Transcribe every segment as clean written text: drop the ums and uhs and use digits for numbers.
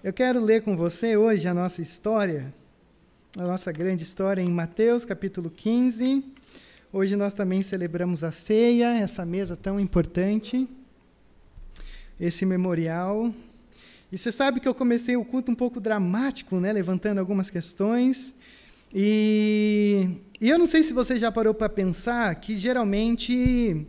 Eu quero ler com você hoje a nossa história, a nossa grande história em Mateus, capítulo 15. Hoje nós também celebramos a ceia, essa mesa tão importante, esse memorial. E você sabe que eu comecei o culto um pouco dramático, né, levantando algumas questões. E eu não sei se você já parou para pensar que, geralmente,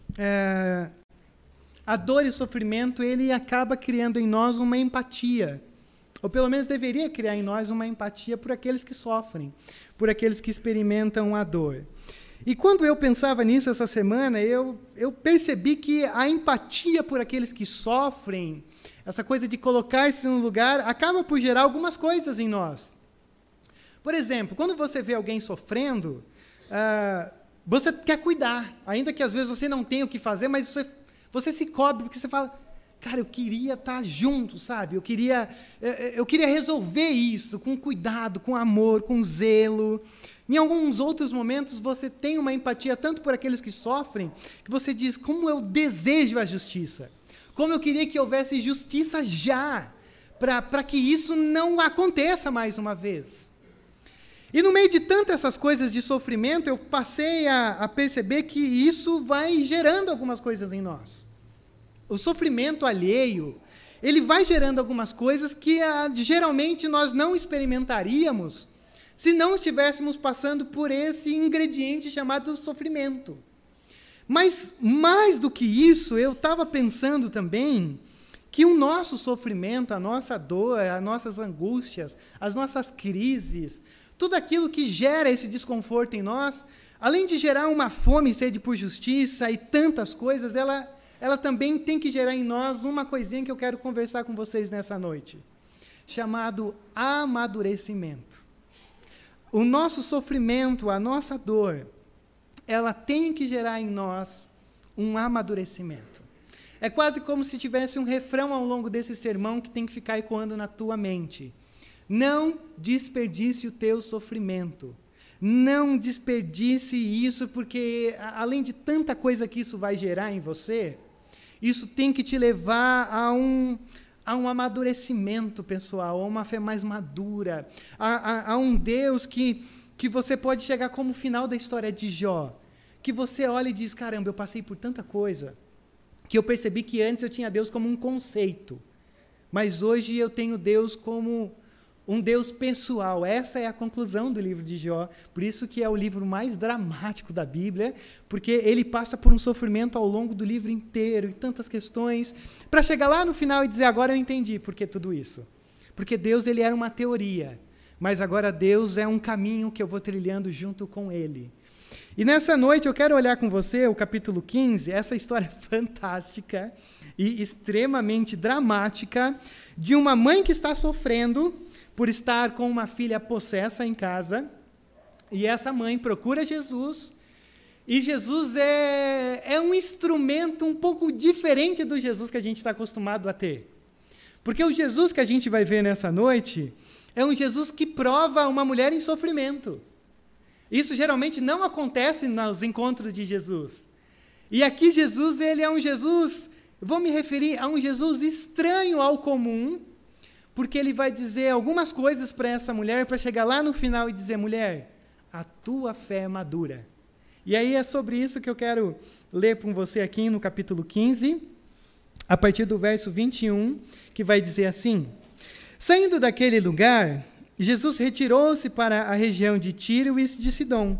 a dor e o sofrimento, ele acaba criando em nós uma empatia. Ou pelo menos deveria criar em nós uma empatia por aqueles que sofrem, por aqueles que experimentam a dor. E quando eu pensava nisso essa semana, eu percebi que a empatia por aqueles que sofrem, essa coisa de colocar-se no lugar, acaba por gerar algumas coisas em nós. Por exemplo, quando você vê alguém sofrendo, você quer cuidar, ainda que às vezes você não tenha o que fazer, mas você se cobre, porque você fala, cara, eu queria estar junto, sabe? Eu queria resolver isso com cuidado, com amor, com zelo. Em alguns outros momentos, você tem uma empatia tanto por aqueles que sofrem, que você diz, como eu desejo a justiça. Como eu queria que houvesse justiça já, para que isso não aconteça mais uma vez. E no meio de tantas essas coisas de sofrimento, eu passei a perceber que isso vai gerando algumas coisas em nós. O sofrimento alheio, ele vai gerando algumas coisas que geralmente nós não experimentaríamos se não estivéssemos passando por esse ingrediente chamado sofrimento. Mas, mais do que isso, eu estava pensando também que o nosso sofrimento, a nossa dor, as nossas angústias, as nossas crises, tudo aquilo que gera esse desconforto em nós, além de gerar uma fome e sede por justiça e tantas coisas, ela também tem que gerar em nós uma coisinha que eu quero conversar com vocês nessa noite, chamado amadurecimento. O nosso sofrimento, a nossa dor, ela tem que gerar em nós um amadurecimento. É quase como se tivesse um refrão ao longo desse sermão que tem que ficar ecoando na tua mente. Não desperdice o teu sofrimento. Não desperdice isso, porque além de tanta coisa que isso vai gerar em você, isso tem que te levar a um amadurecimento pessoal, a uma fé mais madura, a um Deus que você pode chegar como o final da história de Jó, que você olha e diz, caramba, eu passei por tanta coisa, que eu percebi que antes eu tinha Deus como um conceito, mas hoje eu tenho Deus como um Deus pessoal. Essa é a conclusão do livro de Jó, por isso que é o livro mais dramático da Bíblia, porque ele passa por um sofrimento ao longo do livro inteiro, e tantas questões, para chegar lá no final e dizer, agora eu entendi por que tudo isso. Porque Deus, ele era uma teoria, mas agora Deus é um caminho que eu vou trilhando junto com ele. E nessa noite eu quero olhar com você o capítulo 15, essa história fantástica e extremamente dramática, de uma mãe que está sofrendo por estar com uma filha possessa em casa, e essa mãe procura Jesus, e Jesus é um instrumento um pouco diferente do Jesus que a gente está acostumado a ter. Porque o Jesus que a gente vai ver nessa noite é um Jesus que prova uma mulher em sofrimento. Isso geralmente não acontece nos encontros de Jesus. E aqui Jesus, ele é um Jesus, vou me referir a um Jesus estranho ao comum, porque ele vai dizer algumas coisas para essa mulher, para chegar lá no final e dizer, mulher, a tua fé é madura. E aí é sobre isso que eu quero ler com você aqui no capítulo 15, a partir do verso 21, que vai dizer assim, saindo daquele lugar, Jesus retirou-se para a região de Tiro e de Sidom.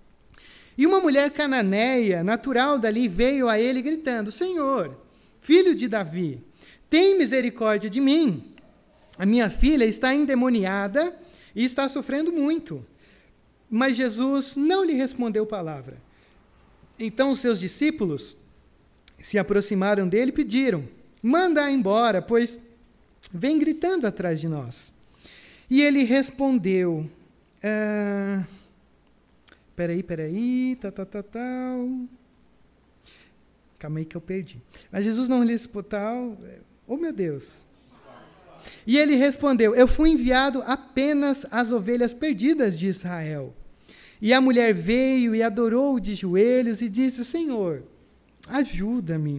E uma mulher cananeia, natural dali, veio a ele gritando, Senhor, filho de Davi, tem misericórdia de mim. A minha filha está endemoniada e está sofrendo muito. Mas Jesus não lhe respondeu palavra. Então os seus discípulos se aproximaram dele e pediram, manda-a embora, pois vem gritando atrás de nós. E ele respondeu, calma aí que eu perdi. Mas Jesus não lhe respondeu, oh meu Deus. E ele respondeu, eu fui enviado apenas às ovelhas perdidas de Israel. E a mulher veio e adorou de joelhos e disse, Senhor, ajuda-me.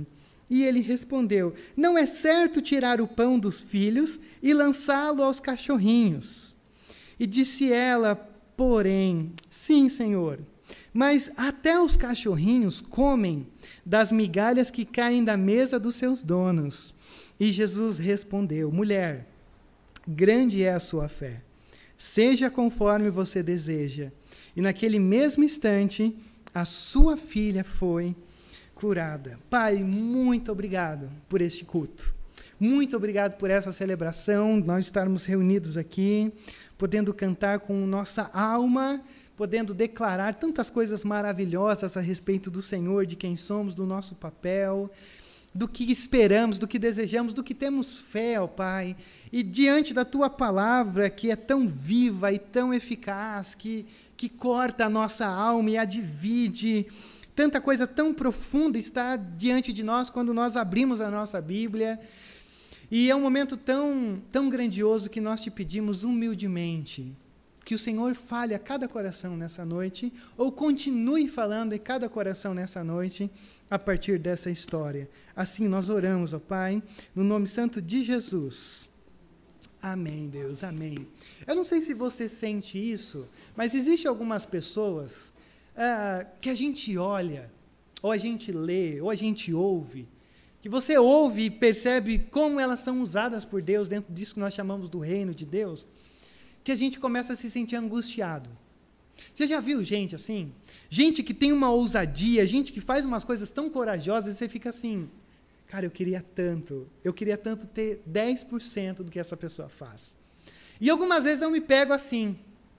E ele respondeu: não é certo tirar o pão dos filhos e lançá-lo aos cachorrinhos. E disse ela, porém: sim, Senhor, mas até os cachorrinhos comem das migalhas que caem da mesa dos seus donos. E Jesus respondeu: mulher, grande é a sua fé. Seja conforme você deseja. E naquele mesmo instante, a sua filha foi curada. Pai, muito obrigado por este culto. Muito obrigado por essa celebração, nós estarmos reunidos aqui, podendo cantar com nossa alma, podendo declarar tantas coisas maravilhosas a respeito do Senhor, de quem somos, do nosso papel, do que esperamos, do que desejamos, do que temos fé, ó Pai. E diante da Tua palavra, que é tão viva e tão eficaz, que corta a nossa alma e a divide, tanta coisa tão profunda está diante de nós quando nós abrimos a nossa Bíblia. E é um momento tão grandioso que nós te pedimos humildemente que o Senhor fale a cada coração nessa noite, ou continue falando em cada coração nessa noite, a partir dessa história. Assim nós oramos, ó Pai, no nome santo de Jesus. Amém, Deus, amém. Eu não sei se você sente isso, mas existem algumas pessoas que a gente olha, ou a gente lê, ou a gente ouve, que você ouve e percebe como elas são usadas por Deus dentro disso que nós chamamos do reino de Deus, que a gente começa a se sentir angustiado. Você já viu gente assim? Gente que tem uma ousadia, gente que faz umas coisas tão corajosas, e você fica assim, cara, eu queria tanto ter 10% do que essa pessoa faz. E algumas vezes eu me pego assim,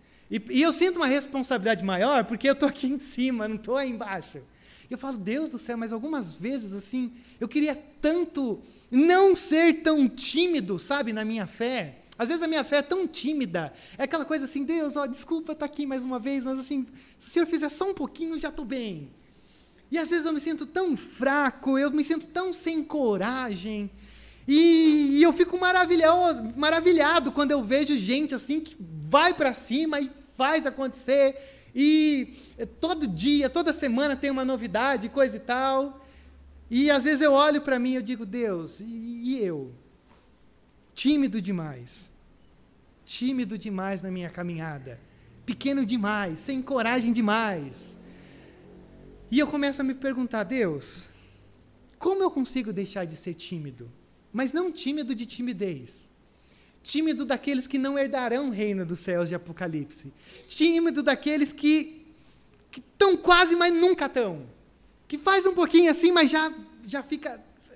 e eu sinto uma responsabilidade maior, porque eu estou aqui em cima, não estou aí embaixo. Eu falo, Deus do céu, mas algumas vezes, assim, eu queria tanto não ser tão tímido, sabe, na minha fé. Às vezes a minha fé é tão tímida, é aquela coisa assim, Deus, desculpa estar aqui mais uma vez, mas assim, se o Senhor fizer só um pouquinho, eu já estou bem. E às vezes eu me sinto tão fraco, eu me sinto tão sem coragem, e eu fico maravilhado quando eu vejo gente assim, que vai para cima e faz acontecer, e todo dia, toda semana tem uma novidade, coisa e tal, e às vezes eu olho para mim e eu digo, Deus, e eu? Tímido demais na minha caminhada, pequeno demais, sem coragem demais. E eu começo a me perguntar, Deus, como eu consigo deixar de ser tímido? Mas não tímido de timidez. Tímido daqueles que não herdarão o reino dos céus de Apocalipse. Tímido daqueles que estão quase, mas nunca estão. Que faz um pouquinho assim, mas já fica...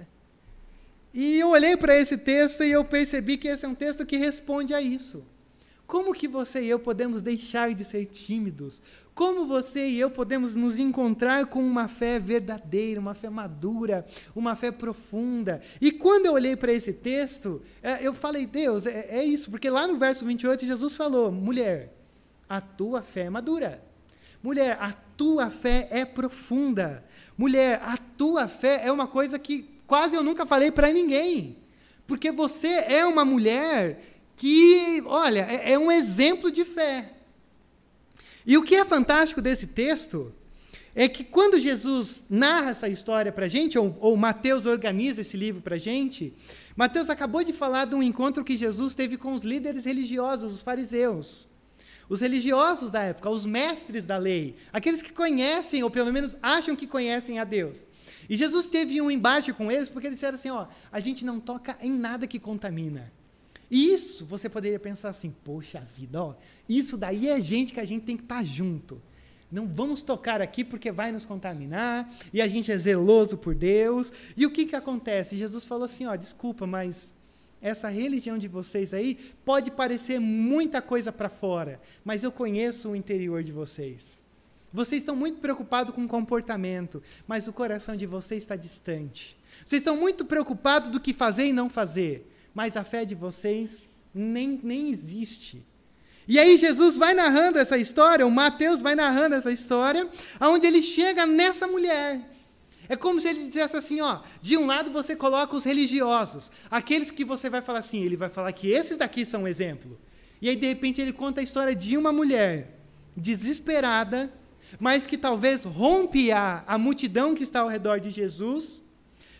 E eu olhei para esse texto e eu percebi que esse é um texto que responde a isso. Como que você e eu podemos deixar de ser tímidos? Como você e eu podemos nos encontrar com uma fé verdadeira, uma fé madura, uma fé profunda? E quando eu olhei para esse texto, eu falei, Deus, é isso, porque lá no verso 28 Jesus falou, mulher, a tua fé é madura. Mulher, a tua fé é profunda. Mulher, a tua fé é uma coisa que quase eu nunca falei para ninguém. Porque você é uma mulher que, olha, é um exemplo de fé. E o que é fantástico desse texto é que quando Jesus narra essa história para a gente, ou Mateus organiza esse livro para a gente, Mateus acabou de falar de um encontro que Jesus teve com os líderes religiosos, os fariseus. Os religiosos da época, os mestres da lei, aqueles que conhecem, ou pelo menos acham que conhecem a Deus. E Jesus teve um embate com eles, porque eles disseram assim, a gente não toca em nada que contamina. E isso, você poderia pensar assim, poxa vida, isso daí é gente que a gente tem que estar junto. Não vamos tocar aqui porque vai nos contaminar, e a gente é zeloso por Deus. E o que acontece? Jesus falou assim, desculpa, mas essa religião de vocês aí pode parecer muita coisa para fora, mas eu conheço o interior de vocês. Vocês estão muito preocupados com o comportamento, mas o coração de vocês está distante. Vocês estão muito preocupados do que fazer e não fazer, mas a fé de vocês nem existe. E aí Jesus vai narrando essa história, o Mateus vai narrando essa história, onde ele chega nessa mulher. É como se ele dissesse assim, de um lado você coloca os religiosos, aqueles que você vai falar assim, ele vai falar que esses daqui são um exemplo. E aí, de repente, ele conta a história de uma mulher desesperada, mas que talvez rompe a multidão que está ao redor de Jesus,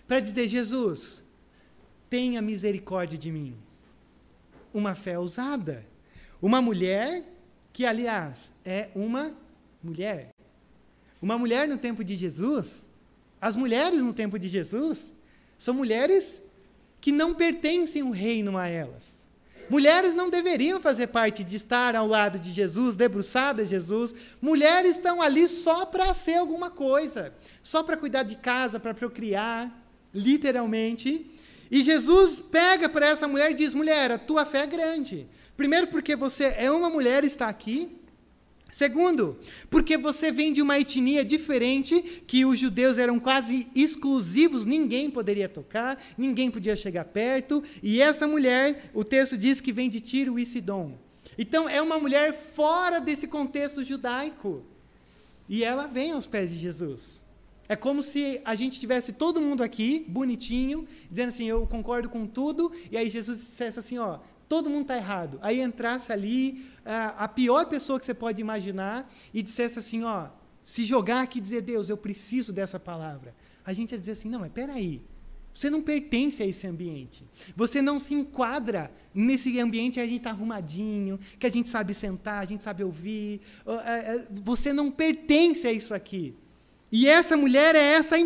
para dizer: Jesus, tenha misericórdia de mim. Uma fé ousada. Uma mulher que, aliás, é uma mulher. Uma mulher no tempo de Jesus, as mulheres no tempo de Jesus, são mulheres que não pertencem o reino a elas. Mulheres não deveriam fazer parte de estar ao lado de Jesus, debruçadas Jesus. Mulheres estão ali só para ser alguma coisa, só para cuidar de casa, para procriar, literalmente. E Jesus pega para essa mulher e diz: mulher, a tua fé é grande. Primeiro, porque você é uma mulher e está aqui. Segundo, porque você vem de uma etnia diferente, que os judeus eram quase exclusivos, ninguém poderia tocar, ninguém podia chegar perto, e essa mulher, o texto diz que vem de Tiro e Sidom. Então, é uma mulher fora desse contexto judaico, e ela vem aos pés de Jesus. É como se a gente tivesse todo mundo aqui, bonitinho, dizendo assim: eu concordo com tudo, e aí Jesus dissesse assim: ó, todo mundo está errado. Aí entrasse ali a pior pessoa que você pode imaginar e dissesse assim: ó, se jogar aqui e dizer: Deus, eu preciso dessa palavra. A gente ia dizer assim: não, mas peraí, você não pertence a esse ambiente. Você não se enquadra nesse ambiente que a gente está arrumadinho, que a gente sabe sentar, a gente sabe ouvir. Você não pertence a isso aqui. E essa mulher é essa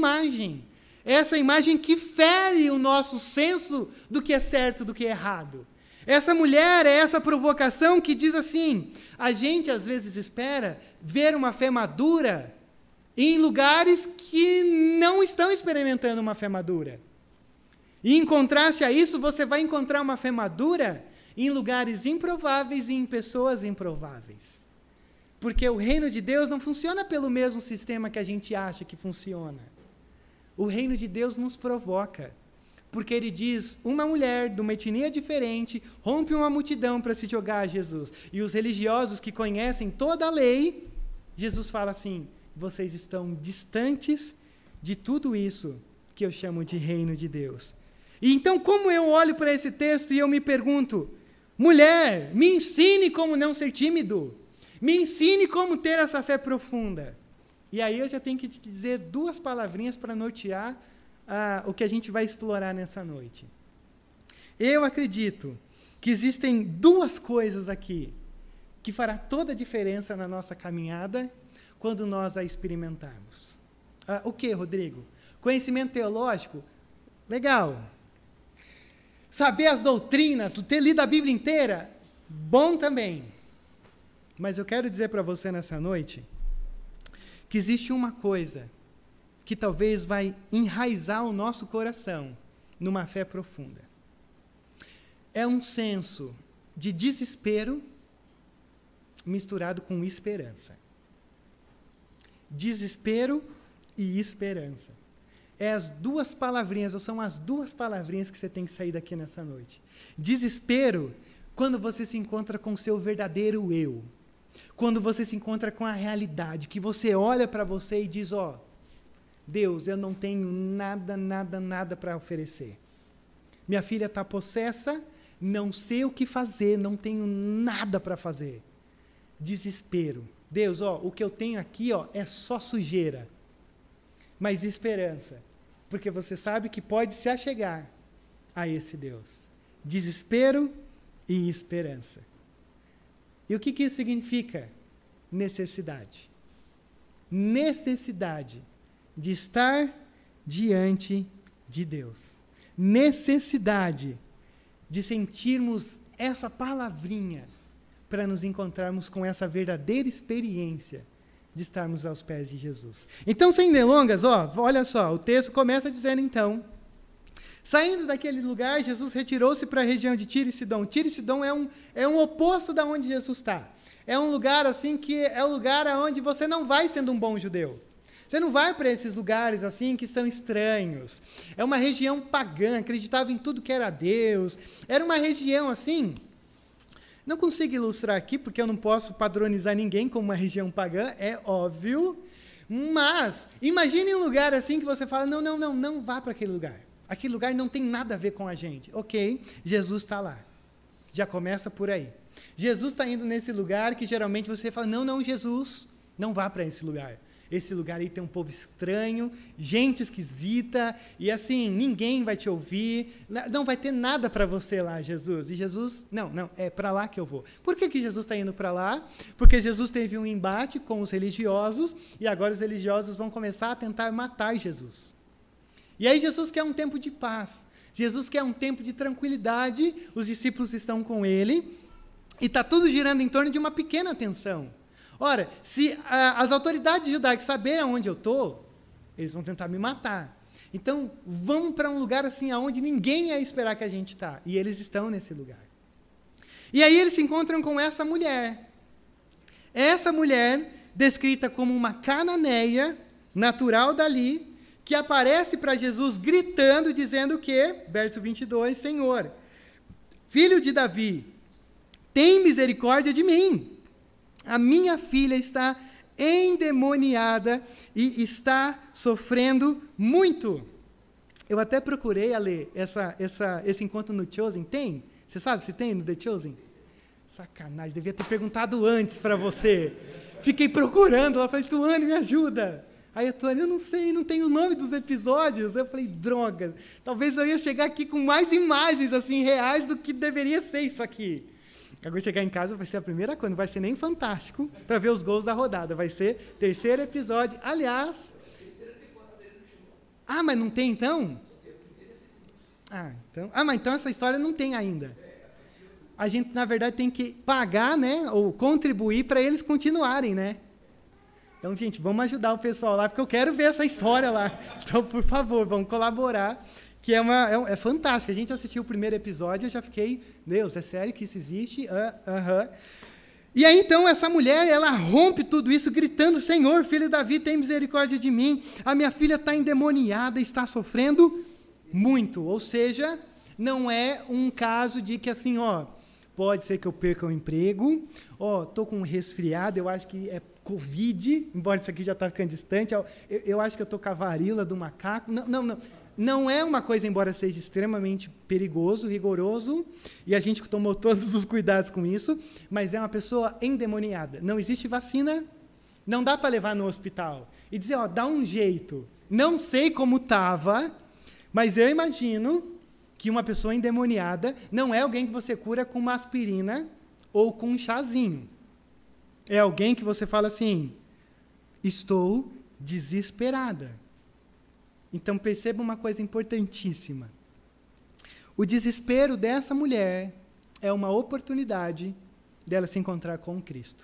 imagem que fere o nosso senso do que é certo, do que é errado. Essa mulher é essa provocação que diz assim: a gente às vezes espera ver uma fé madura em lugares que não estão experimentando uma fé madura. E em contraste a isso, você vai encontrar uma fé madura em lugares improváveis e em pessoas improváveis. Porque o reino de Deus não funciona pelo mesmo sistema que a gente acha que funciona. O reino de Deus nos provoca. Porque ele diz: uma mulher de uma etnia diferente rompe uma multidão para se jogar a Jesus. E os religiosos que conhecem toda a lei, Jesus fala assim: vocês estão distantes de tudo isso que eu chamo de reino de Deus. E então, como eu olho para esse texto e eu me pergunto: mulher, me ensine como não ser tímido. Me ensine como ter essa fé profunda. E aí eu já tenho que te dizer duas palavrinhas para nortear o que a gente vai explorar nessa noite. Eu acredito que existem duas coisas aqui que fará toda a diferença na nossa caminhada quando nós a experimentarmos. O que, Rodrigo? Conhecimento teológico? Legal. Saber as doutrinas, ter lido a Bíblia inteira? Bom também. Mas eu quero dizer para você nessa noite que existe uma coisa que talvez vai enraizar o nosso coração numa fé profunda. É um senso de desespero misturado com esperança. Desespero e esperança. As duas palavrinhas, ou são as duas palavrinhas que você tem que sair daqui nessa noite. Desespero, quando você se encontra com o seu verdadeiro eu. Quando você se encontra com a realidade, que você olha para você e diz: ó, Deus, eu não tenho nada para oferecer. Minha filha está possessa, não sei o que fazer, não tenho nada para fazer. Desespero. Deus, ó, o que eu tenho aqui, ó, é só sujeira. Mas esperança, porque você sabe que pode se achegar a esse Deus. Desespero e esperança. E o que isso significa? Necessidade. Necessidade de estar diante de Deus. Necessidade de sentirmos essa palavrinha para nos encontrarmos com essa verdadeira experiência de estarmos aos pés de Jesus. Então, sem delongas, olha só, o texto começa dizendo então: saindo daquele lugar, Jesus retirou-se para a região de Tiro e Sidom. Tiro e Sidom é um oposto da onde Jesus está. É um lugar assim que é o lugar onde você não vai sendo um bom judeu. Você não vai para esses lugares assim que são estranhos. É uma região pagã, acreditava em tudo que era Deus. Era uma região assim. Não consigo ilustrar aqui porque eu não posso padronizar ninguém como uma região pagã, é óbvio. Mas imagine um lugar assim que você fala: não vá para aquele lugar. Aquele lugar não tem nada a ver com a gente. Ok, Jesus está lá. Já começa por aí. Jesus está indo nesse lugar que geralmente você fala: não, Jesus, não vá para esse lugar. Esse lugar aí tem um povo estranho, gente esquisita, e assim, ninguém vai te ouvir, não vai ter nada para você lá, Jesus. E Jesus, não, é para lá que eu vou. Por que Jesus está indo para lá? Porque Jesus teve um embate com os religiosos, e agora os religiosos vão começar a tentar matar Jesus. E aí Jesus quer um tempo de paz, Jesus quer um tempo de tranquilidade, os discípulos estão com ele, e está tudo girando em torno de uma pequena tensão. Ora, se as autoridades judaicas saberem onde eu estou, eles vão tentar me matar. Então, vamos para um lugar assim, onde ninguém ia esperar que a gente está. E eles estão nesse lugar. E aí eles se encontram com essa mulher. Essa mulher, descrita como uma cananeia, natural dali, que aparece para Jesus gritando, dizendo o quê? Verso 22, Senhor, filho de Davi, tem misericórdia de mim. A minha filha está endemoniada e está sofrendo muito. Eu até procurei, Ale, esse encontro no Chosen. Tem? Você sabe se tem no The Chosen? Sacanagem, devia ter perguntado antes para você. Fiquei procurando, ela falou, Tuane, me ajuda. Aí a Tuane, eu não sei, não tem o nome dos episódios. Eu falei, droga, talvez eu ia chegar aqui com mais imagens assim reais do que deveria ser isso aqui. Agora chegar em casa vai ser a primeira coisa, não vai ser nem Fantástico para ver os gols da rodada, vai ser terceiro episódio. Aliás, mas não tem então? Mas então essa história não tem ainda. A gente, na verdade, tem que pagar, né, ou contribuir para eles continuarem, né? Então, gente, vamos ajudar o pessoal lá, porque eu quero ver essa história lá. Então, por favor, vamos colaborar. Que é fantástico. A gente assistiu o primeiro episódio, eu já fiquei, Deus, é sério que isso existe? E aí, então, essa mulher, ela rompe tudo isso, gritando, Senhor, filho de Davi, tem misericórdia de mim. A minha filha está endemoniada, está sofrendo muito. Ou seja, não é um caso de que, assim, pode ser que eu perca o emprego, estou com um resfriado, eu acho que é Covid, embora isso aqui já está ficando distante, eu acho que eu estou com a varíola do macaco. Não. Não é uma coisa, embora seja extremamente perigoso, rigoroso, e a gente tomou todos os cuidados com isso, mas é uma pessoa endemoniada. Não existe vacina, não dá para levar no hospital e dizer, dá um jeito. Não sei como estava, mas eu imagino que uma pessoa endemoniada não é alguém que você cura com uma aspirina ou com um chazinho. É alguém que você fala assim, estou desesperada. Então, perceba uma coisa importantíssima. O desespero dessa mulher é uma oportunidade dela se encontrar com Cristo.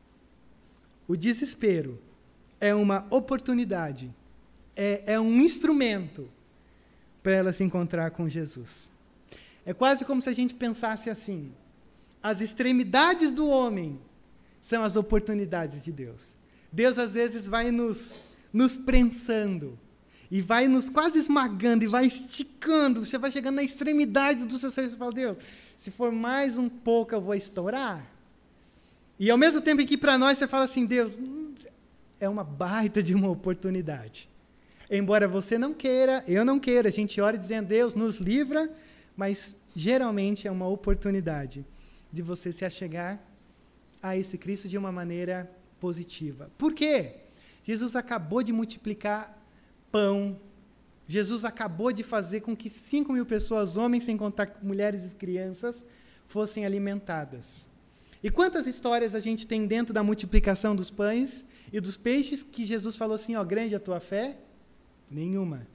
O desespero é uma oportunidade, é um instrumento para ela se encontrar com Jesus. É quase como se a gente pensasse assim, as extremidades do homem são as oportunidades de Deus. Deus, às vezes, vai nos prensando, e vai nos quase esmagando, e vai esticando, você vai chegando na extremidade do seu ser, você fala, Deus, se for mais um pouco eu vou estourar. E ao mesmo tempo em que para nós você fala assim, Deus, é uma baita de uma oportunidade. Embora você não queira, eu não queira, a gente ora dizendo, Deus, nos livra, mas geralmente é uma oportunidade de você se achegar a esse Cristo de uma maneira positiva. Por quê? Jesus acabou de multiplicar pão. Jesus acabou de fazer com que 5.000 pessoas, homens sem contar mulheres e crianças, fossem alimentadas. E quantas histórias a gente tem dentro da multiplicação dos pães e dos peixes que Jesus falou assim, grande a tua fé? Nenhuma.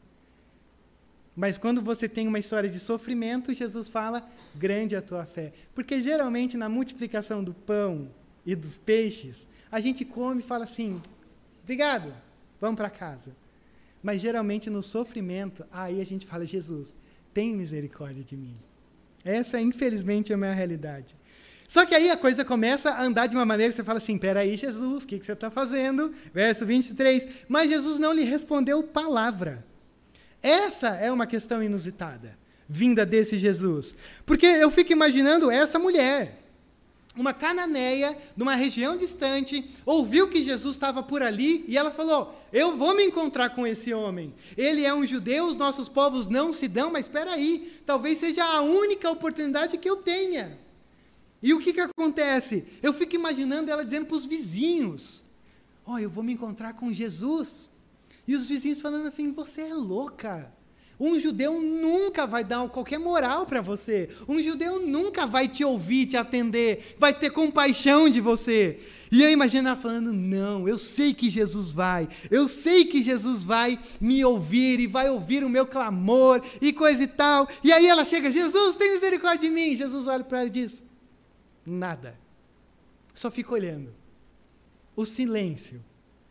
Mas quando você tem uma história de sofrimento, Jesus fala, grande a tua fé. Porque geralmente na multiplicação do pão e dos peixes, a gente come e fala assim, obrigado, vamos para casa. Mas geralmente no sofrimento, aí a gente fala, Jesus, tem misericórdia de mim. Essa, infelizmente, é a minha realidade. Só que aí a coisa começa a andar de uma maneira que você fala assim, peraí, Jesus, o que você está fazendo? Verso 23, mas Jesus não lhe respondeu palavra. Essa é uma questão inusitada, vinda desse Jesus. Porque eu fico imaginando essa mulher, uma cananeia, numa região distante, ouviu que Jesus estava por ali, e ela falou, eu vou me encontrar com esse homem. Ele é um judeu, os nossos povos não se dão, mas espera aí, talvez seja a única oportunidade que eu tenha. E o que acontece? Eu fico imaginando ela dizendo para os vizinhos, eu vou me encontrar com Jesus. E os vizinhos falando assim, você é louca. Um judeu nunca vai dar qualquer moral para você. Um judeu nunca vai te ouvir, te atender, vai ter compaixão de você. E eu imagino ela falando, não, eu sei que Jesus vai. Eu sei que Jesus vai me ouvir e vai ouvir o meu clamor e coisa e tal. E aí ela chega, Jesus, tem misericórdia de mim. Jesus olha para ela e diz, nada. Só fica olhando. O silêncio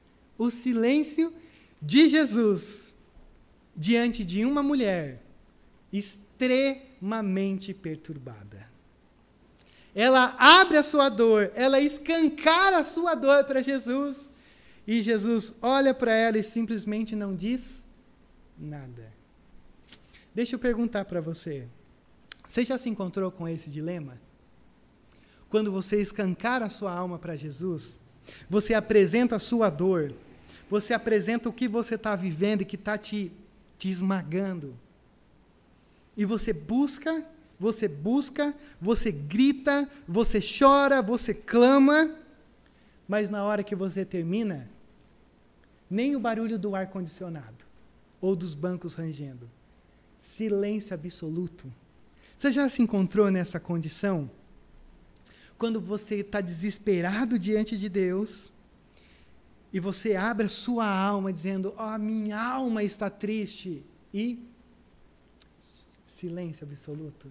de Jesus diante de uma mulher extremamente perturbada. Ela abre a sua dor, ela escancara a sua dor para Jesus, e Jesus olha para ela e simplesmente não diz nada. Deixa eu perguntar para você, você já se encontrou com esse dilema? Quando você escancara a sua alma para Jesus, você apresenta a sua dor, você apresenta o que você está vivendo e que está te esmagando. E você busca, você grita, você chora, você clama, mas na hora que você termina, nem o barulho do ar-condicionado ou dos bancos rangendo. Silêncio absoluto. Você já se encontrou nessa condição? Quando você está desesperado diante de Deus, e você abre a sua alma dizendo, minha alma está triste, e silêncio absoluto.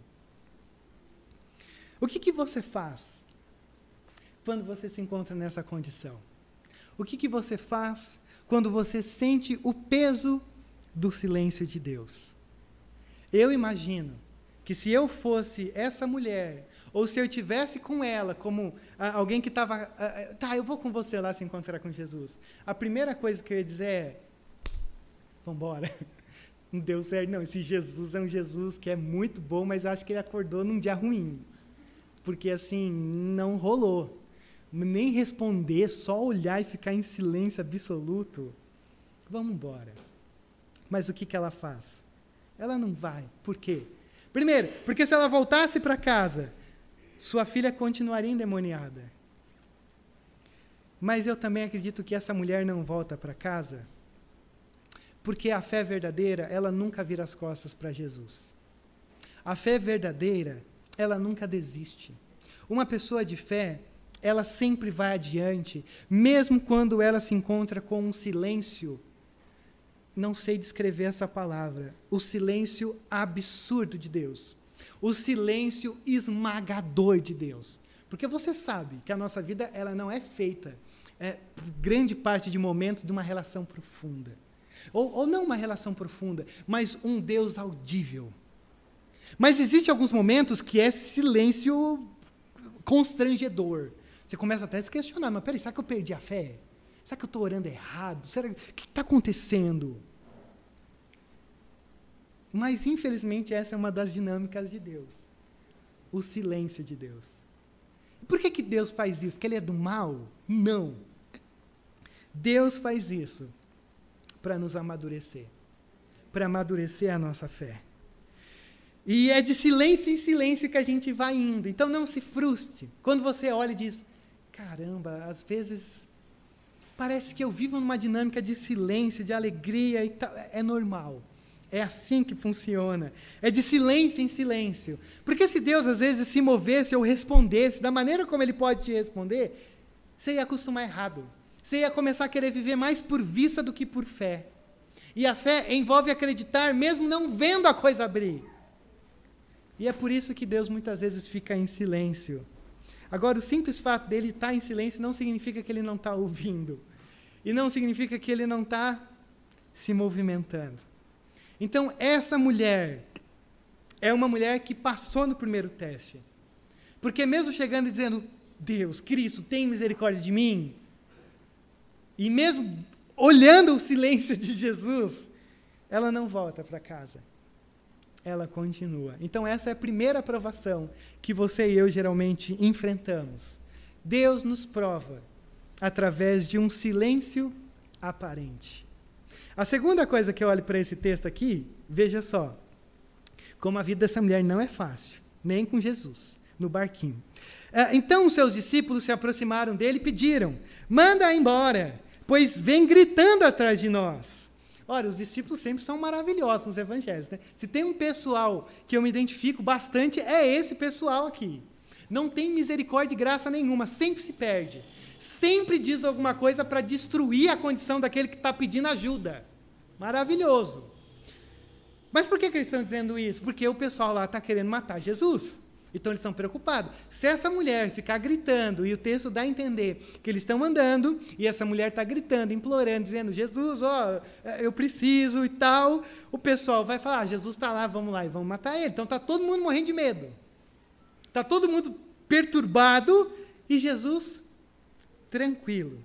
O que você faz quando você se encontra nessa condição? O que você faz quando você sente o peso do silêncio de Deus? Eu imagino que se eu fosse essa mulher, ou se eu estivesse com ela, como alguém que estava... eu vou com você lá se encontrar com Jesus. A primeira coisa que eu ia dizer é, vamos embora. Não deu certo, não. Esse Jesus é um Jesus que é muito bom, mas eu acho que ele acordou num dia ruim. Porque, assim, não rolou. Nem responder, só olhar e ficar em silêncio absoluto. Vamos embora. Mas o que ela faz? Ela não vai. Por quê? Primeiro, porque se ela voltasse para casa, sua filha continuaria endemoniada. Mas eu também acredito que essa mulher não volta para casa, porque a fé verdadeira, ela nunca vira as costas para Jesus. A fé verdadeira, ela nunca desiste. Uma pessoa de fé, ela sempre vai adiante, mesmo quando ela se encontra com um silêncio. Não sei descrever essa palavra. O silêncio absurdo de Deus. O silêncio esmagador de Deus. Porque você sabe que a nossa vida ela não é feita, por grande parte de momentos, de uma relação profunda. Ou não uma relação profunda, mas um Deus audível. Mas existem alguns momentos que é silêncio constrangedor. Você começa até a se questionar, mas peraí, será que eu perdi a fé? Será que eu estou orando errado? O que está acontecendo? Mas, infelizmente, essa é uma das dinâmicas de Deus. O silêncio de Deus. Por que Deus faz isso? Porque Ele é do mal? Não. Deus faz isso para nos amadurecer. Para amadurecer a nossa fé. E é de silêncio em silêncio que a gente vai indo. Então, não se frustre. Quando você olha e diz, caramba, às vezes parece que eu vivo numa dinâmica de silêncio, de alegria e tal. É normal. É assim que funciona. É de silêncio em silêncio. Porque se Deus, às vezes, se movesse ou respondesse da maneira como Ele pode te responder, você ia acostumar errado. Você ia começar a querer viver mais por vista do que por fé. E a fé envolve acreditar, mesmo não vendo a coisa abrir. E é por isso que Deus, muitas vezes, fica em silêncio. Agora, o simples fato dele estar em silêncio não significa que ele não está ouvindo. E não significa que ele não está se movimentando. Então, essa mulher é uma mulher que passou no primeiro teste. Porque mesmo chegando e dizendo, Deus, Cristo, tem misericórdia de mim, e mesmo olhando o silêncio de Jesus, ela não volta para casa. Ela continua. Então, essa é a primeira provação que você e eu geralmente enfrentamos. Deus nos prova através de um silêncio aparente. A segunda coisa que eu olho para esse texto aqui, veja só, como a vida dessa mulher não é fácil, nem com Jesus, no barquinho. Então os seus discípulos se aproximaram dele e pediram, manda embora, pois vem gritando atrás de nós. Ora, os discípulos sempre são maravilhosos nos evangelhos, né? Se tem um pessoal que eu me identifico bastante, é esse pessoal aqui. Não tem misericórdia e graça nenhuma, sempre se perde. Sempre diz alguma coisa para destruir a condição daquele que está pedindo ajuda. Maravilhoso. Mas por que eles estão dizendo isso? Porque o pessoal lá está querendo matar Jesus. Então eles estão preocupados. Se essa mulher ficar gritando, e o texto dá a entender que eles estão andando, e essa mulher está gritando, implorando, dizendo, Jesus, eu preciso e tal, o pessoal vai falar, Jesus está lá, vamos lá e vamos matar ele. Então está todo mundo morrendo de medo. Está todo mundo perturbado, e Jesus tranquilo.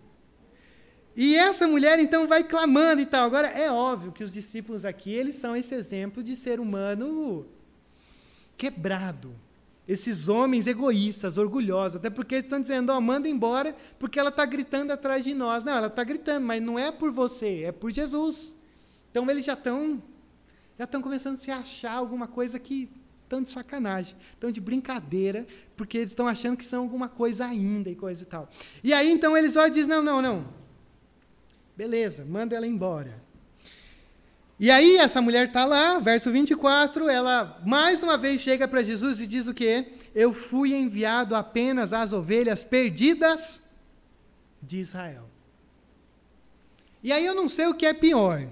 E essa mulher, então, vai clamando e tal. Agora, é óbvio que os discípulos aqui, eles são esse exemplo de ser humano quebrado. Esses homens egoístas, orgulhosos, até porque eles estão dizendo, manda embora, porque ela está gritando atrás de nós. Não, ela está gritando, mas não é por você, é por Jesus. Então, eles já estão começando a se achar alguma coisa que estão de sacanagem, estão de brincadeira, porque eles estão achando que são alguma coisa ainda e coisa e tal. E aí, então, eles olham e dizem, não. Beleza, manda ela embora. E aí, essa mulher está lá, verso 24, ela mais uma vez chega para Jesus e diz o quê? Eu fui enviado apenas às ovelhas perdidas de Israel. E aí eu não sei o que é pior.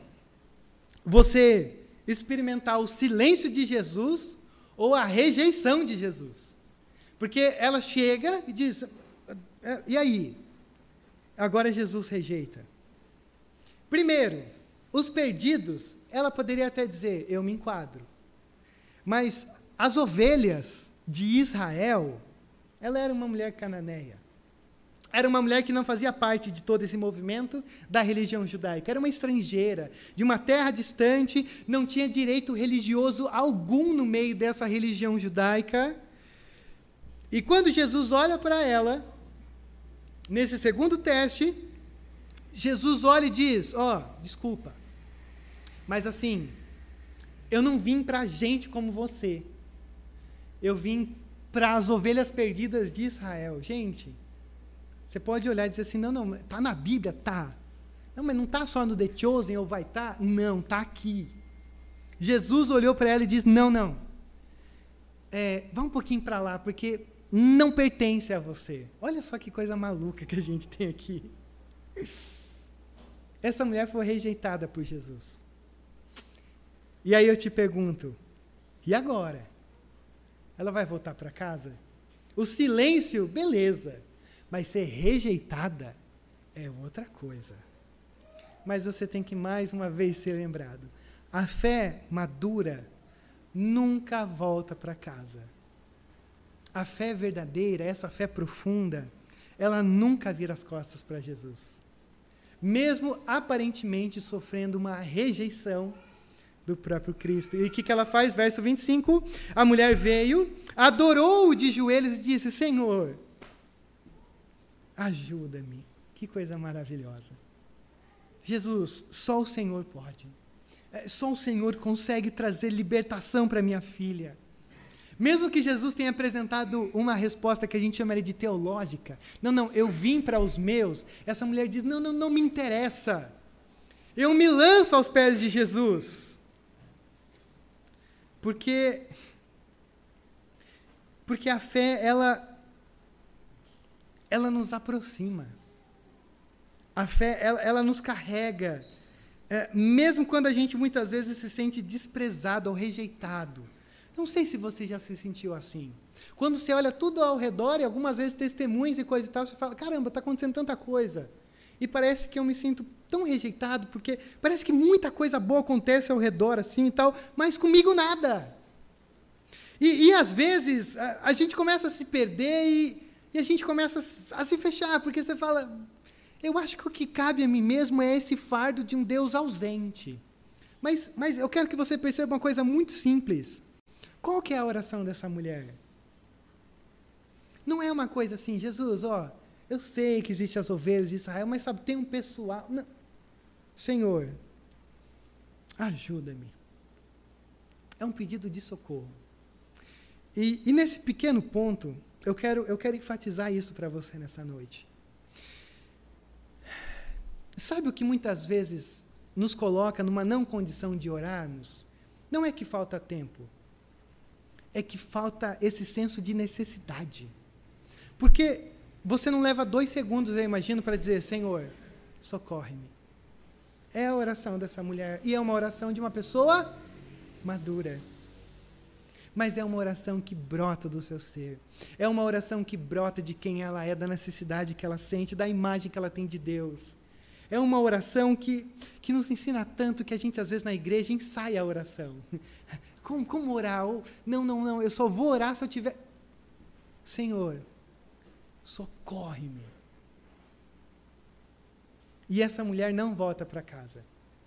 Você experimentar o silêncio de Jesus ou a rejeição de Jesus. Porque ela chega e diz, e aí? Agora Jesus rejeita. Primeiro, os perdidos, ela poderia até dizer, eu me enquadro. Mas as ovelhas de Israel, ela era uma mulher cananeia. Era uma mulher que não fazia parte de todo esse movimento da religião judaica. Era uma estrangeira, de uma terra distante, não tinha direito religioso algum no meio dessa religião judaica. E quando Jesus olha para ela, nesse segundo teste, Jesus olha e diz, desculpa, mas assim, eu não vim para gente como você. Eu vim para as ovelhas perdidas de Israel. Gente, você pode olhar e dizer assim, não, está na Bíblia? Tá. Não, mas não está só no The Chosen ou vai estar? Tá? Não, está aqui. Jesus olhou para ela e disse, não. Vá um pouquinho para lá, porque não pertence a você. Olha só que coisa maluca que a gente tem aqui. Essa mulher foi rejeitada por Jesus. E aí eu te pergunto, e agora? Ela vai voltar para casa? O silêncio, beleza. Mas ser rejeitada é outra coisa. Mas você tem que mais uma vez ser lembrado. A fé madura nunca volta para casa. A fé verdadeira, essa fé profunda, ela nunca vira as costas para Jesus. Mesmo aparentemente sofrendo uma rejeição do próprio Cristo. E o que ela faz? Verso 25, a mulher veio, adorou-o de joelhos e disse, Senhor, ajuda-me. Que coisa maravilhosa. Jesus, só o Senhor pode. Só o Senhor consegue trazer libertação para minha filha. Mesmo que Jesus tenha apresentado uma resposta que a gente chamaria de teológica, não, eu vim para os meus, essa mulher diz, não me interessa. Eu me lanço aos pés de Jesus. Porque a fé, ela nos aproxima. A fé, ela nos carrega. Mesmo quando a gente muitas vezes se sente desprezado ou rejeitado. Não sei se você já se sentiu assim. Quando você olha tudo ao redor, e algumas vezes testemunhos e coisa e tal, você fala, caramba, está acontecendo tanta coisa. E parece que eu me sinto tão rejeitado, porque parece que muita coisa boa acontece ao redor, assim e tal, mas comigo nada. E às vezes, a gente começa a se perder e a gente começa a se fechar, porque você fala, eu acho que o que cabe a mim mesmo é esse fardo de um Deus ausente. Mas eu quero que você perceba uma coisa muito simples. Qual que é a oração dessa mulher? Não é uma coisa assim, Jesus, eu sei que existem as ovelhas de Israel, mas sabe, tem um pessoal... Não. Senhor, ajuda-me. É um pedido de socorro. E nesse pequeno ponto, eu quero enfatizar isso para você nessa noite. Sabe o que muitas vezes nos coloca numa não condição de orarmos? Não é que falta tempo, é que falta esse senso de necessidade. Porque você não leva 2 segundos, eu imagino, para dizer, Senhor, socorre-me. É a oração dessa mulher, e é uma oração de uma pessoa madura. Mas é uma oração que brota do seu ser. É uma oração que brota de quem ela é, da necessidade que ela sente, da imagem que ela tem de Deus. É uma oração que nos ensina tanto que a gente, às vezes, na igreja, ensaia a oração. Como orar? Não, eu só vou orar se eu tiver... Senhor, socorre-me. E essa mulher não volta para casa.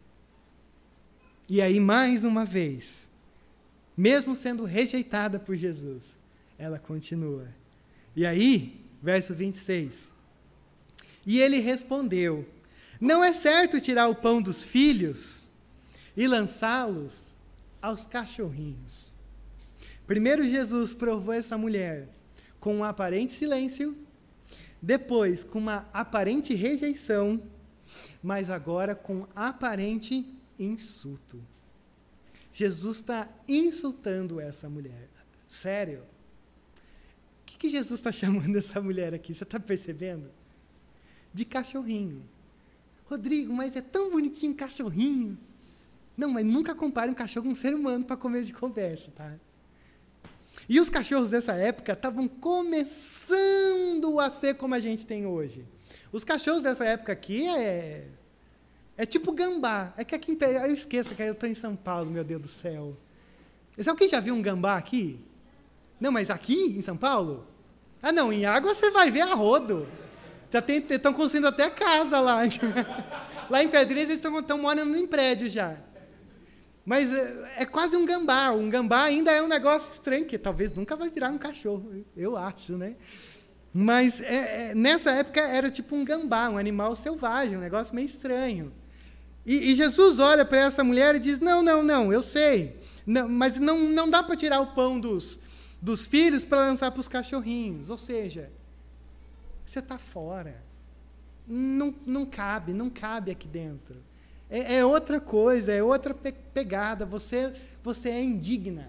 E aí, mais uma vez, mesmo sendo rejeitada por Jesus, ela continua. E aí, verso 26. E ele respondeu, não é certo tirar o pão dos filhos e lançá-los aos cachorrinhos. Primeiro Jesus provou essa mulher com um aparente silêncio, depois com uma aparente rejeição, mas agora com aparente insulto. Jesus está insultando essa mulher. Sério? O que Jesus está chamando essa mulher aqui? Você está percebendo? De cachorrinho. Rodrigo, mas é tão bonitinho cachorrinho. Não, mas nunca compare um cachorro com um ser humano para começo de conversa, tá? E os cachorros dessa época estavam começando a ser como a gente tem hoje. Os cachorros dessa época aqui é tipo gambá. É que aqui eu esqueço que eu estou em São Paulo, meu Deus do céu. Alguém já viu um gambá aqui? Não, mas aqui em São Paulo? Ah, não, em água você vai ver a rodo. Já estão construindo até casa lá. Lá em Pedrinhas eles estão morando em prédio já. Mas é quase um gambá. Um gambá ainda é um negócio estranho, que talvez nunca vai virar um cachorro, eu acho, né? Mas nessa época era tipo um gambá, um animal selvagem, um negócio meio estranho. E Jesus olha para essa mulher e diz, não, eu sei, não, mas não dá para tirar o pão dos filhos para lançar para os cachorrinhos. Ou seja, você está fora. Não cabe aqui dentro. É outra coisa, é outra pegada. Você é indigna.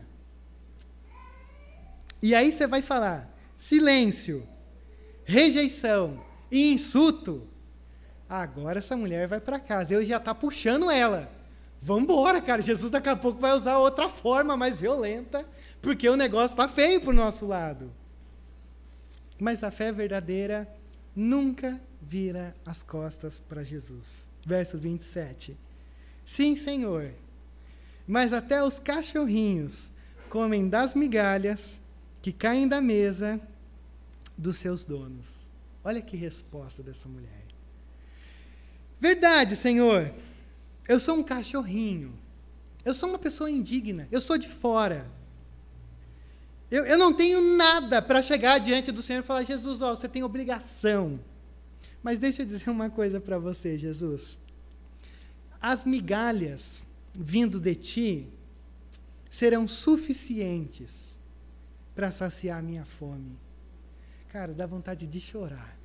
E aí você vai falar, silêncio, rejeição e insulto. Agora essa mulher vai para casa. Eu já está puxando ela. Vamos embora, cara. Jesus daqui a pouco vai usar outra forma mais violenta, porque o negócio está feio para o nosso lado. Mas a fé verdadeira nunca vira as costas para Jesus. Verso 27. Sim, Senhor, mas até os cachorrinhos comem das migalhas que caem da mesa dos seus donos. Olha que resposta dessa mulher. Verdade, Senhor, eu sou um cachorrinho. Eu sou uma pessoa indigna. Eu sou de fora. Eu não tenho nada para chegar diante do Senhor e falar, Jesus, você tem obrigação. Mas deixa eu dizer uma coisa para você, Jesus. As migalhas vindo de ti serão suficientes para saciar a minha fome. Cara, dá vontade de chorar.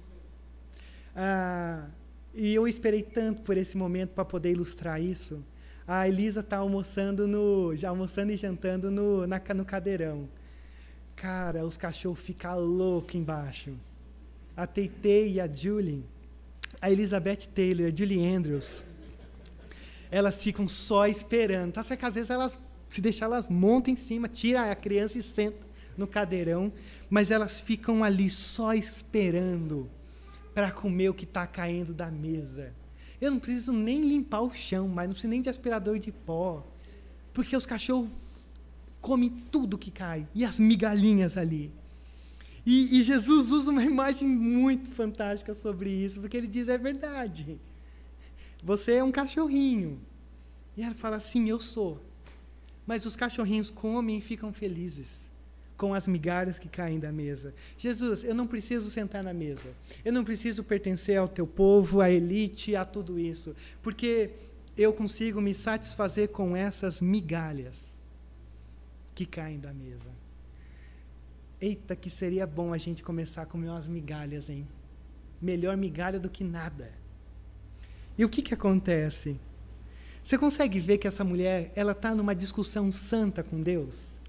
E eu esperei tanto por esse momento para poder ilustrar isso. A Elisa está almoçando e jantando no cadeirão. Cara, os cachorros ficam loucos embaixo. A Teitei e a Julie, a Elizabeth Taylor, a Julie Andrews, elas ficam só esperando. Tá certo que às vezes se deixar, elas montam em cima, tira a criança e senta no cadeirão, mas elas ficam ali só esperando para comer o que está caindo da mesa. Eu não preciso nem limpar o chão, mas não preciso nem de aspirador de pó, porque os cachorros comem tudo que cai, e as migalhinhas ali. E Jesus usa uma imagem muito fantástica sobre isso, porque ele diz, é verdade, você é um cachorrinho. E ela fala, sim, eu sou. Mas os cachorrinhos comem e ficam felizes com as migalhas que caem da mesa. Jesus, eu não preciso sentar na mesa. Eu não preciso pertencer ao teu povo, à elite, a tudo isso. Porque eu consigo me satisfazer com essas migalhas que caem da mesa. Eita, que seria bom a gente começar a comer umas migalhas, hein? Melhor migalha do que nada. E o que acontece? Você consegue ver que essa mulher, ela está numa discussão santa com Deus?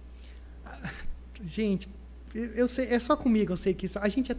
Gente, eu sei, é só comigo, eu sei que isso, a gente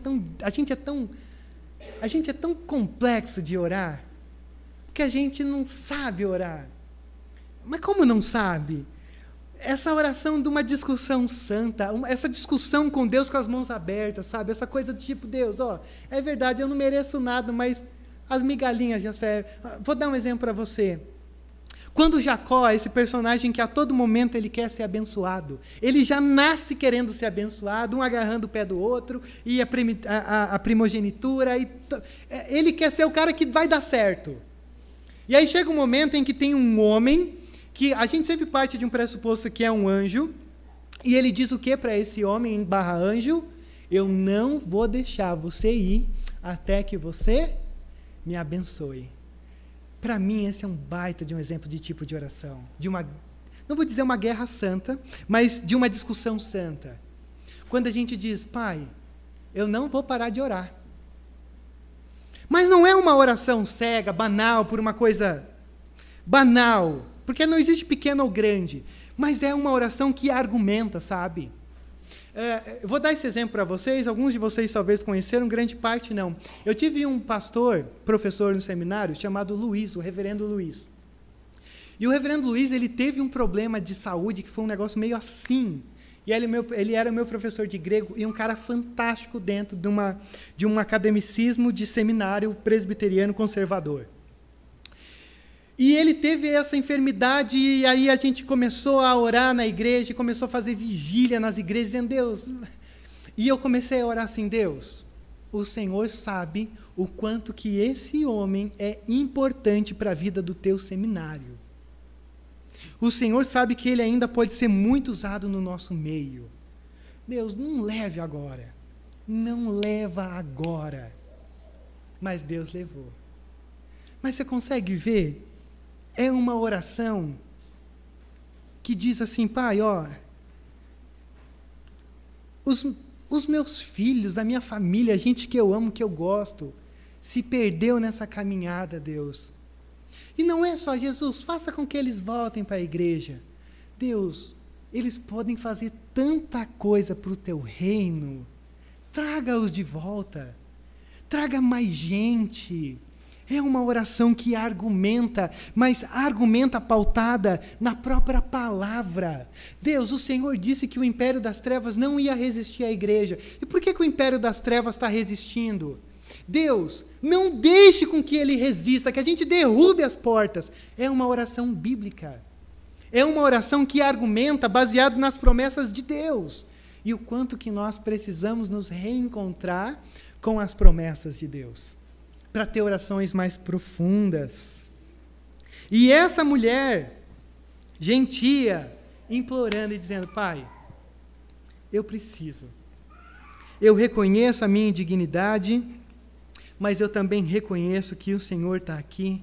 é tão complexo de orar, porque a gente não sabe orar. Mas como não sabe? Essa oração de uma discussão santa, essa discussão com Deus com as mãos abertas, sabe? Essa coisa do tipo, Deus, é verdade, eu não mereço nada, mas as migalhinhas já servem. Vou dar um exemplo para você. Quando Jacó, esse personagem que a todo momento ele quer ser abençoado, ele já nasce querendo ser abençoado, um agarrando o pé do outro, e a primogenitura, ele quer ser o cara que vai dar certo. E aí chega um momento em que tem um homem, que a gente sempre parte de um pressuposto que é um anjo, e ele diz o que para esse homem / anjo? Eu não vou deixar você ir até que você me abençoe. Para mim, esse é um baita de um exemplo de tipo de oração. Não vou dizer uma guerra santa, mas de uma discussão santa. Quando a gente diz, Pai, eu não vou parar de orar. Mas não é uma oração cega, banal, por uma coisa banal, porque não existe pequeno ou grande, mas é uma oração que argumenta, sabe? Eu vou dar esse exemplo para vocês, alguns de vocês talvez conheceram, grande parte não. Eu tive um pastor, professor no seminário, chamado Luiz, o reverendo Luiz. E o reverendo Luiz, ele teve um problema de saúde, que foi um negócio meio assim. E ele era meu professor de grego e um cara fantástico dentro de um academicismo de seminário presbiteriano conservador. E ele teve essa enfermidade, e aí a gente começou a orar na igreja, começou a fazer vigília nas igrejas, dizendo, Deus... E eu comecei a orar assim, Deus, o Senhor sabe o quanto que esse homem é importante para a vida do teu seminário. O Senhor sabe que ele ainda pode ser muito usado no nosso meio. Deus, não leve agora. Não leva agora. Mas Deus levou. Mas você consegue ver? É uma oração que diz assim, Pai, os meus filhos, a minha família, a gente que eu amo, que eu gosto, se perdeu nessa caminhada, Deus. E não é só, Jesus, faça com que eles voltem para a igreja. Deus, eles podem fazer tanta coisa para o teu reino. Traga-os de volta. Traga mais gente. É uma oração que argumenta, mas argumenta pautada na própria palavra. Deus, o Senhor disse que o império das trevas não ia resistir à igreja. E por que o império das trevas está resistindo? Deus, não deixe com que ele resista, que a gente derrube as portas. É uma oração bíblica. É uma oração que argumenta baseado nas promessas de Deus. E o quanto que nós precisamos nos reencontrar com as promessas de Deus, para ter orações mais profundas. E essa mulher, gentia, implorando e dizendo, Pai, eu preciso. Eu reconheço a minha indignidade, mas eu também reconheço que o Senhor está aqui,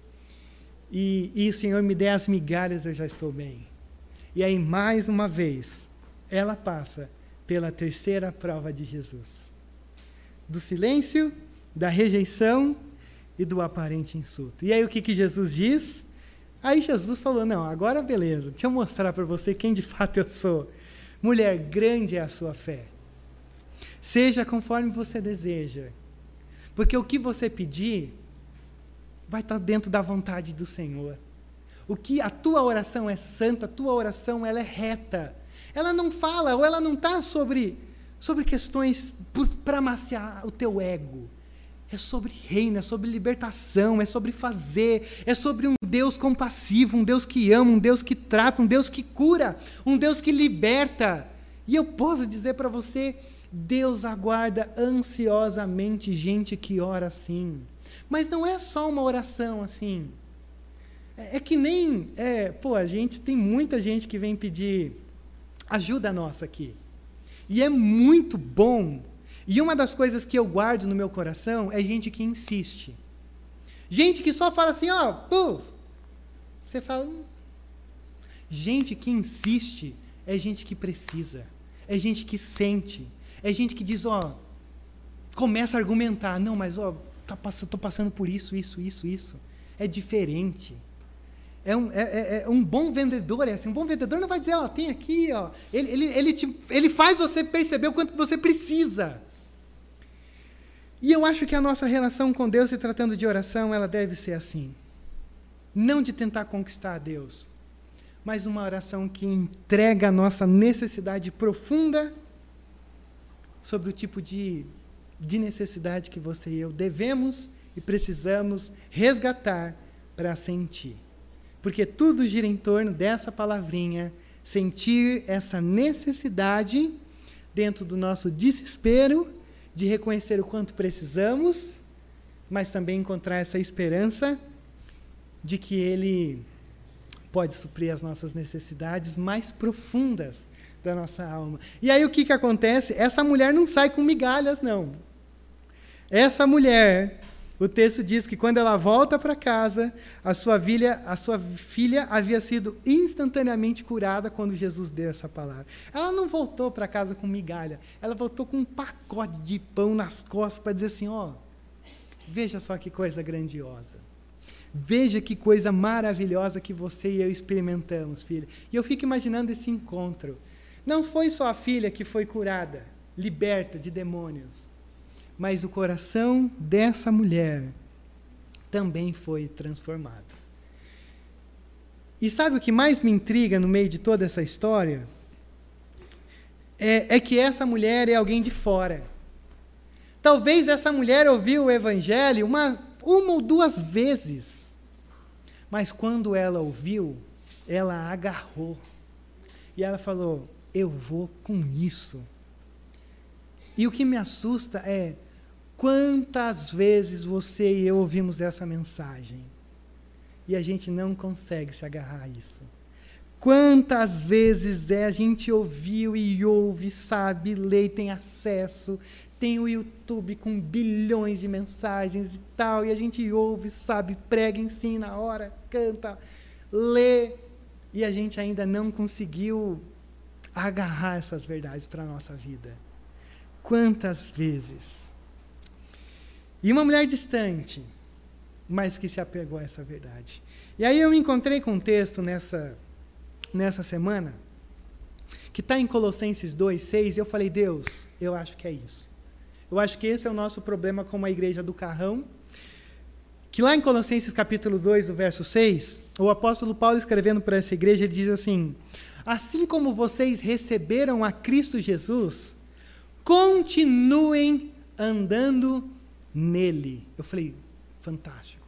e o Senhor me der as migalhas, eu já estou bem. E aí, mais uma vez, ela passa pela terceira prova de Jesus. Do silêncio, da rejeição e do aparente insulto. E aí o que Jesus diz? Aí Jesus falou, não, agora beleza, deixa eu mostrar para você quem de fato eu sou. Mulher, grande é a sua fé. Seja conforme você deseja. Porque o que você pedir vai estar dentro da vontade do Senhor. A tua oração é santa, a tua oração ela é reta. Ela não fala, ou ela não está sobre questões para amaciar o teu ego. É sobre reino, é sobre libertação, é sobre fazer, é sobre um Deus compassivo, um Deus que ama, um Deus que trata, um Deus que cura, um Deus que liberta. E eu posso dizer para você, Deus aguarda ansiosamente gente que ora assim. Mas não é só uma oração assim. É que nem... tem muita gente que vem pedir ajuda nossa aqui. E é muito bom. E uma das coisas que eu guardo no meu coração é gente que insiste. Gente que só fala assim, você fala... Gente que insiste é gente que precisa. É gente que sente. É gente que diz, começa a argumentar. Não, mas, estou passando por isso. É diferente. É um bom vendedor, é assim. Um bom vendedor não vai dizer, ó, tem aqui, ó. Ele faz você perceber o quanto você precisa. E eu acho que a nossa relação com Deus, se tratando de oração, ela deve ser assim. Não de tentar conquistar a Deus, mas uma oração que entrega a nossa necessidade profunda sobre o tipo de necessidade que você e eu devemos e precisamos resgatar para sentir. Porque tudo gira em torno dessa palavrinha, sentir essa necessidade dentro do nosso desespero de reconhecer o quanto precisamos, mas também encontrar essa esperança de que Ele pode suprir as nossas necessidades mais profundas da nossa alma. E aí o que acontece? Essa mulher não sai com migalhas, não. Essa mulher, o texto diz que quando ela volta para casa, a sua filha havia sido instantaneamente curada quando Jesus deu essa palavra. Ela não voltou para casa com migalha, ela voltou com um pacote de pão nas costas para dizer assim, ó, veja só que coisa grandiosa. Veja que coisa maravilhosa que você e eu experimentamos, filha. E eu fico imaginando esse encontro. Não foi só a filha que foi curada, liberta de demônios, mas o coração dessa mulher também foi transformado. E sabe o que mais me intriga no meio de toda essa história? É que essa mulher é alguém de fora. Talvez essa mulher ouviu o Evangelho uma ou duas vezes, mas quando ela ouviu, ela agarrou. E ela falou, eu vou com isso. E o que me assusta é quantas vezes você e eu ouvimos essa mensagem e a gente não consegue se agarrar a isso. Quantas vezes a gente ouviu e ouve, sabe, lê, tem acesso, tem o YouTube com bilhões de mensagens e tal, e a gente ouve, sabe, prega, ensina, ora, canta, lê, e a gente ainda não conseguiu agarrar essas verdades para a nossa vida. Quantas vezes? E uma mulher distante, mas que se apegou a essa verdade. E aí eu me encontrei com um texto nessa semana, que está em Colossenses 2:6, e eu falei, Deus, eu acho que é isso. Eu acho que esse é o nosso problema como a igreja do Carrão, que lá em Colossenses capítulo 2, o verso 6, o apóstolo Paulo escrevendo para essa igreja, ele diz assim, assim como vocês receberam a Cristo Jesus, continuem andando nele. Eu falei, fantástico.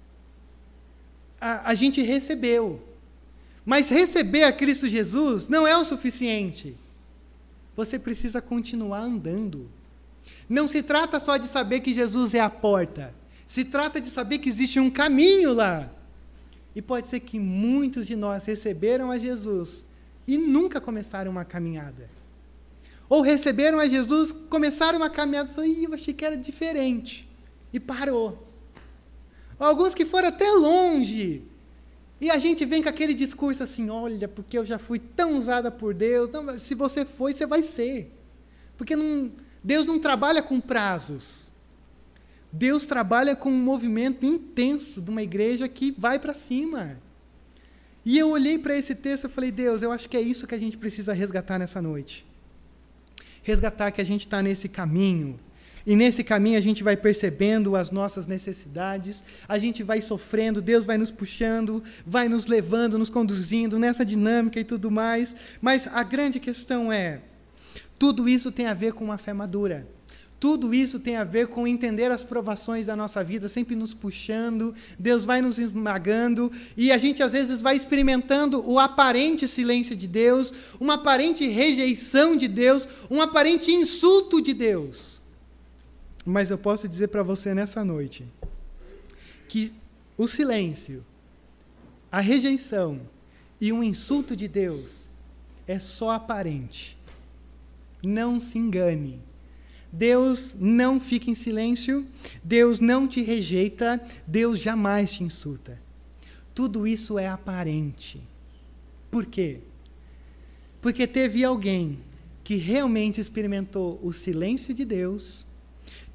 A gente recebeu, mas receber a Cristo Jesus não é o suficiente. Você precisa continuar andando. Não se trata só de saber que Jesus é a porta. Se trata de saber que existe um caminho lá. E pode ser que muitos de nós receberam a Jesus e nunca começaram uma caminhada. Ou receberam a Jesus, começaram uma caminhada e falaram, eu achei que era diferente. E parou. Alguns que foram até longe. E a gente vem com aquele discurso assim, olha, porque eu já fui tão usada por Deus. Não, se você foi, você vai ser. Porque Deus não trabalha com prazos. Deus trabalha com um movimento intenso de uma igreja que vai para cima. E eu olhei para esse texto e falei, Deus, eu acho que é isso que a gente precisa resgatar nessa noite. Resgatar que a gente está nesse caminho. E nesse caminho a gente vai percebendo as nossas necessidades, a gente vai sofrendo, Deus vai nos puxando, vai nos levando, nos conduzindo nessa dinâmica e tudo mais. Mas a grande questão é, tudo isso tem a ver com uma fé madura. Tudo isso tem a ver com entender as provações da nossa vida, sempre nos puxando, Deus vai nos esmagando, e a gente às vezes vai experimentando o aparente silêncio de Deus, uma aparente rejeição de Deus, um aparente insulto de Deus. Mas eu posso dizer para você nessa noite, que o silêncio, a rejeição e um insulto de Deus é só aparente. Não se engane. Deus não fica em silêncio, Deus não te rejeita, Deus jamais te insulta. Tudo isso é aparente. Por quê? Porque teve alguém que realmente experimentou o silêncio de Deus,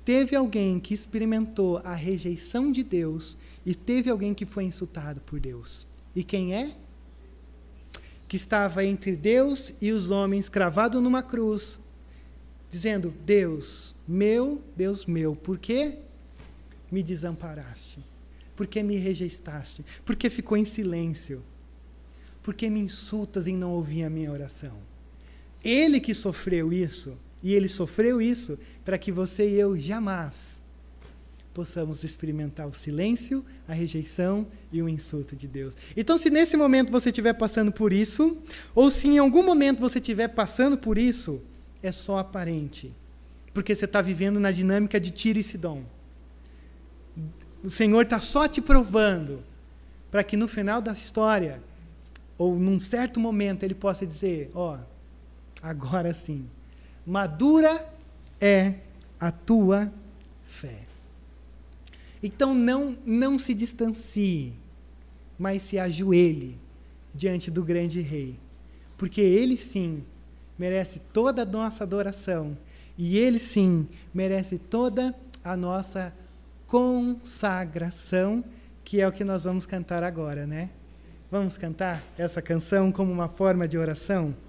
teve alguém que experimentou a rejeição de Deus e teve alguém que foi insultado por Deus. E quem é? Que estava entre Deus e os homens, cravado numa cruz, dizendo: Deus meu, por que me desamparaste? Por que me rejeitaste? Por que ficou em silêncio? Por que me insultas em não ouvir a minha oração? Ele que sofreu isso, e ele sofreu isso para que você e eu jamais possamos experimentar o silêncio, a rejeição e o insulto de Deus. Então, se nesse momento você estiver passando por isso, ou se em algum momento você estiver passando por isso, é só aparente, porque você está vivendo na dinâmica de Tiro e Sidom. O Senhor está só te provando, para que no final da história, ou num certo momento, Ele possa dizer: ó, agora sim, madura é a tua fé. Então não se distancie, mas se ajoelhe diante do grande Rei, porque Ele sim merece toda a nossa adoração, e Ele sim merece toda a nossa consagração, que é o que nós vamos cantar agora, né? Vamos cantar essa canção como uma forma de oração?